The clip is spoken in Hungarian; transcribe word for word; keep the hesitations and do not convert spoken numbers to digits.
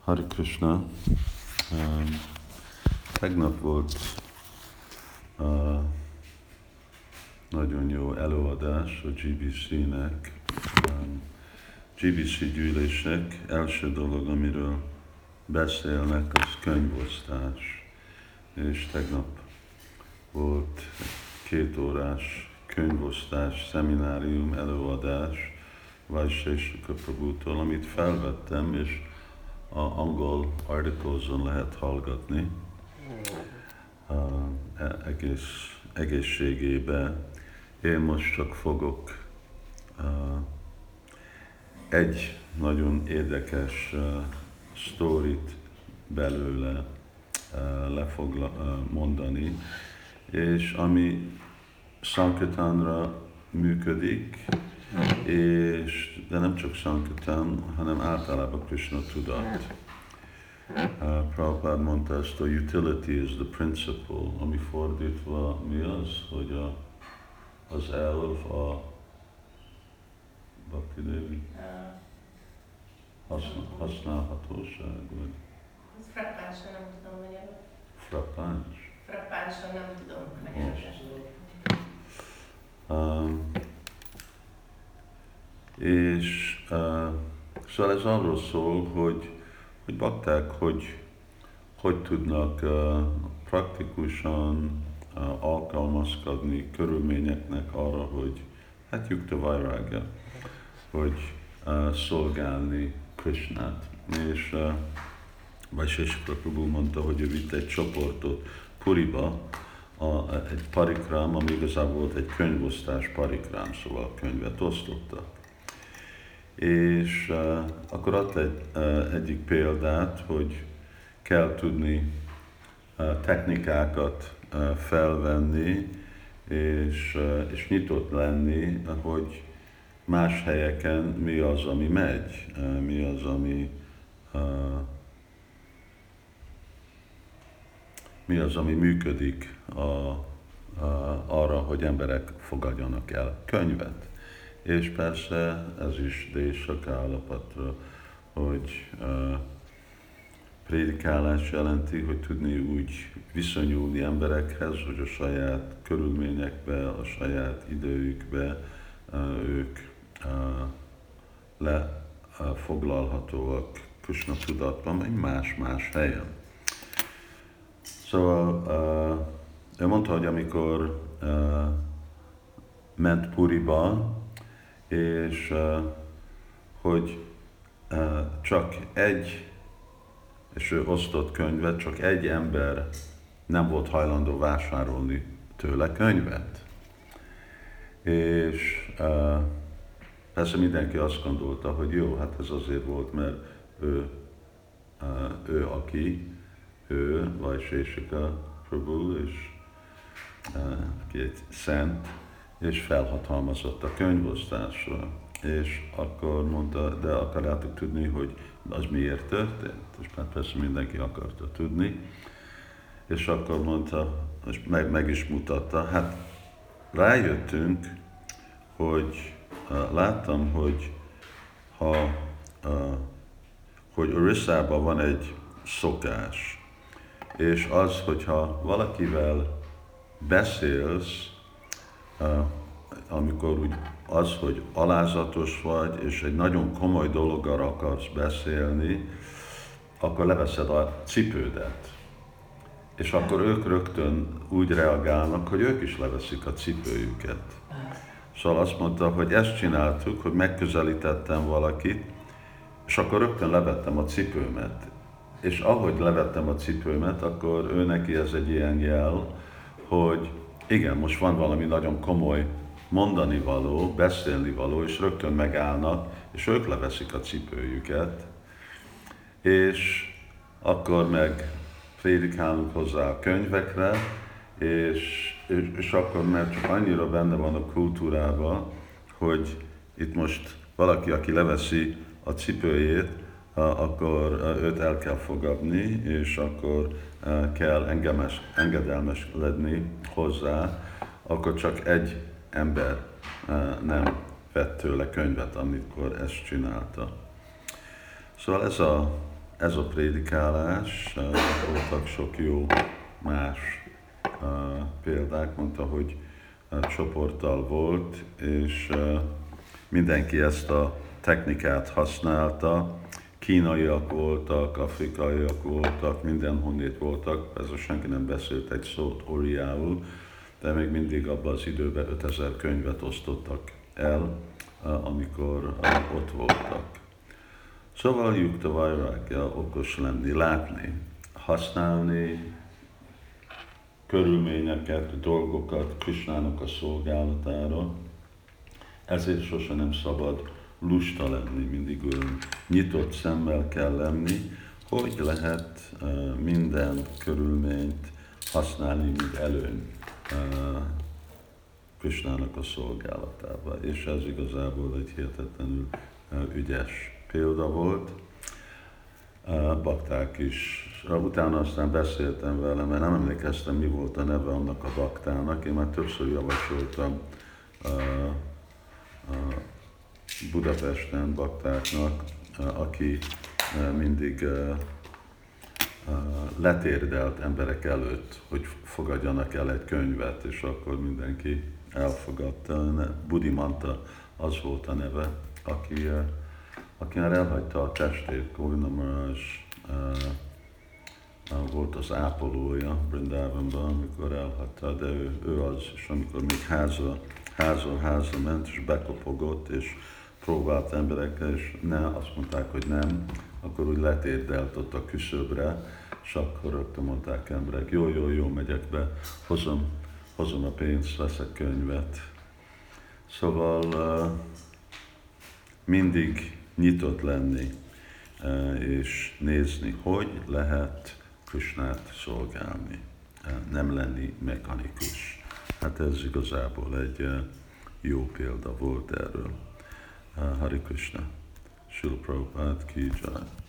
Hare Krishna. Um, tegnap volt uh, nagyon jó előadás a gé bé cé-nek. Um, gé bé cé gyűlések első dolog, amiről beszélnek, az könyvosztás. És tegnap volt két órás könyvosztás, szeminárium, előadás Vaiseshika Prabhutól, amit felvettem, és a angol articles-on lehet hallgatni uh, egész, egészségében. Én most csak fogok uh, egy nagyon érdekes uh, sztorit belőle uh, lefogla, uh, mondani, és ami Sankirtanra működik, és, de nem csak Sankirtan, hanem általában Krishna tudat. Uh, Prabhupád mondta ezt, a utility is the principle, ami fordítva mi az, hogy a, az elv a Bhakti Devi használ, használhatóság, vagy Ez frappánsan, nem tudom magyarul. frappáns. Frappánsan nem tudom magyarul. Um, és uh, szóval ez arról szól, hogy, hogy bakták, hogy hogy tudnak uh, praktikusan uh, alkalmazkodni körülményeknek arra, hogy hát Yukta Vairagya, hogy uh, szolgálni Krishnát. És uh, Vaiseshika Prabhu mondta, hogy ő vitt egy csoportot Puriba, a, egy parikrám, ami igazából volt egy könyvosztás parikrám, szóval könyvet osztottak. És uh, akkor adta egy, uh, egyik példát, hogy kell tudni uh, technikákat uh, felvenni, és, uh, és nyitott lenni, hogy más helyeken mi az, ami megy, uh, mi az, ami uh, mi az, ami működik a, a, arra, hogy emberek fogadjanak el könyvet. És persze ez is Désaka állapatra, hogy uh, prédikálás jelenti, hogy tudni úgy viszonyulni emberekhez, hogy a saját körülményekbe, a saját időjükbe uh, ők uh, lefoglalhatóak uh, Krishna tudatban, vagy más-más helyen. Szóval uh, ő mondta, hogy amikor uh, ment Puriba, és uh, hogy uh, csak egy, és ő osztott könyvet, csak egy ember nem volt hajlandó vásárolni tőle könyvet. És uh, persze mindenki azt gondolta, hogy jó, hát ez azért volt, mert ő, uh, ő aki, ő, Vaiseshika Prabhu, és uh, aki egy szent, és felhatalmazott a könyvosztásra. És akkor mondta, de akarjátok tudni, hogy az miért történt? És persze mindenki akarta tudni. És akkor mondta, és meg, meg is mutatta, hát rájöttünk, hogy uh, láttam, hogy ha uh, hogy Orissában van egy szokás, és az, hogyha valakivel beszélsz, uh, amikor úgy az, hogy alázatos vagy, és egy nagyon komoly dologgal akarsz beszélni, akkor leveszed a cipődet. És akkor ők rögtön úgy reagálnak, hogy ők is leveszik a cipőjüket. Szóval azt mondta, hogy ezt csináltuk, hogy megközelítettem valakit, és akkor rögtön levettem a cipőmet. És ahogy levettem a cipőmet, akkor ő neki ez egy ilyen jel, hogy igen, most van valami nagyon komoly mondani való, beszélni való, és rögtön megállnak, és ők leveszik a cipőjüket, és akkor meg prédikálunk hozzá a könyvekre, és, és, és akkor mert csak annyira benne van a kultúrában, hogy itt most valaki, aki leveszi a cipőjét, akkor őt el kell fogadni, és akkor kell engemes, engedelmeskedni hozzá, akkor csak egy ember nem vett tőle könyvet, amikor ezt csinálta. Szóval ez a ez a prédikálás, uh, voltak sok jó más uh, példák, mondta, hogy uh, csoporttal volt, és uh, mindenki ezt a technikát használta, kínaiak voltak, afrikaiak voltak, mindenhonnét voltak, persze senki nem beszélt egy szót oriául, de még mindig abban az időben ötezer könyvet osztottak el, amikor ott voltak. Szóval Yukta Vairagya, okos lenni, látni, használni körülményeket, dolgokat Krisnának a szolgálatára, ezért sosem nem szabad lusta lenni, mindig olyan nyitott szemmel kell lenni, hogy lehet uh, minden körülményt használni, mint előny uh, Krisnának a szolgálatába. És ez igazából egy hihetetlenül uh, ügyes példa volt. Uh, bakták is. Utána aztán beszéltem vele, mert nem emlékeztem, mi volt a neve annak a baktának. Én már többször javasoltam uh, uh, Budapesten baktáknak, aki mindig letérdelt emberek előtt, hogy fogadjanak el egy könyvet, és akkor mindenki elfogadta. Budimanta az volt a neve, aki, aki már elhagyta a testét. Govinda Maharaj volt az ápolója Brindavanban, amikor elhagyta, de ő, ő az, és amikor még háza, háza, háza ment, és bekopogott, és próbált emberekkel, és ne, azt mondták, hogy nem, akkor úgy letérdelt ott a küszöbre, és akkor rögtön mondták emberek, jó, jó, jó, megyek be, hozom, hozom a pénzt, veszek könyvet. Szóval uh, mindig nyitott lenni, uh, és nézni, hogy lehet Krisnát szolgálni, uh, nem lenni mechanikus. Hát ez igazából egy uh, jó példa volt erről. Uh, Hare Krishna, Srila Prabhupada ki jai.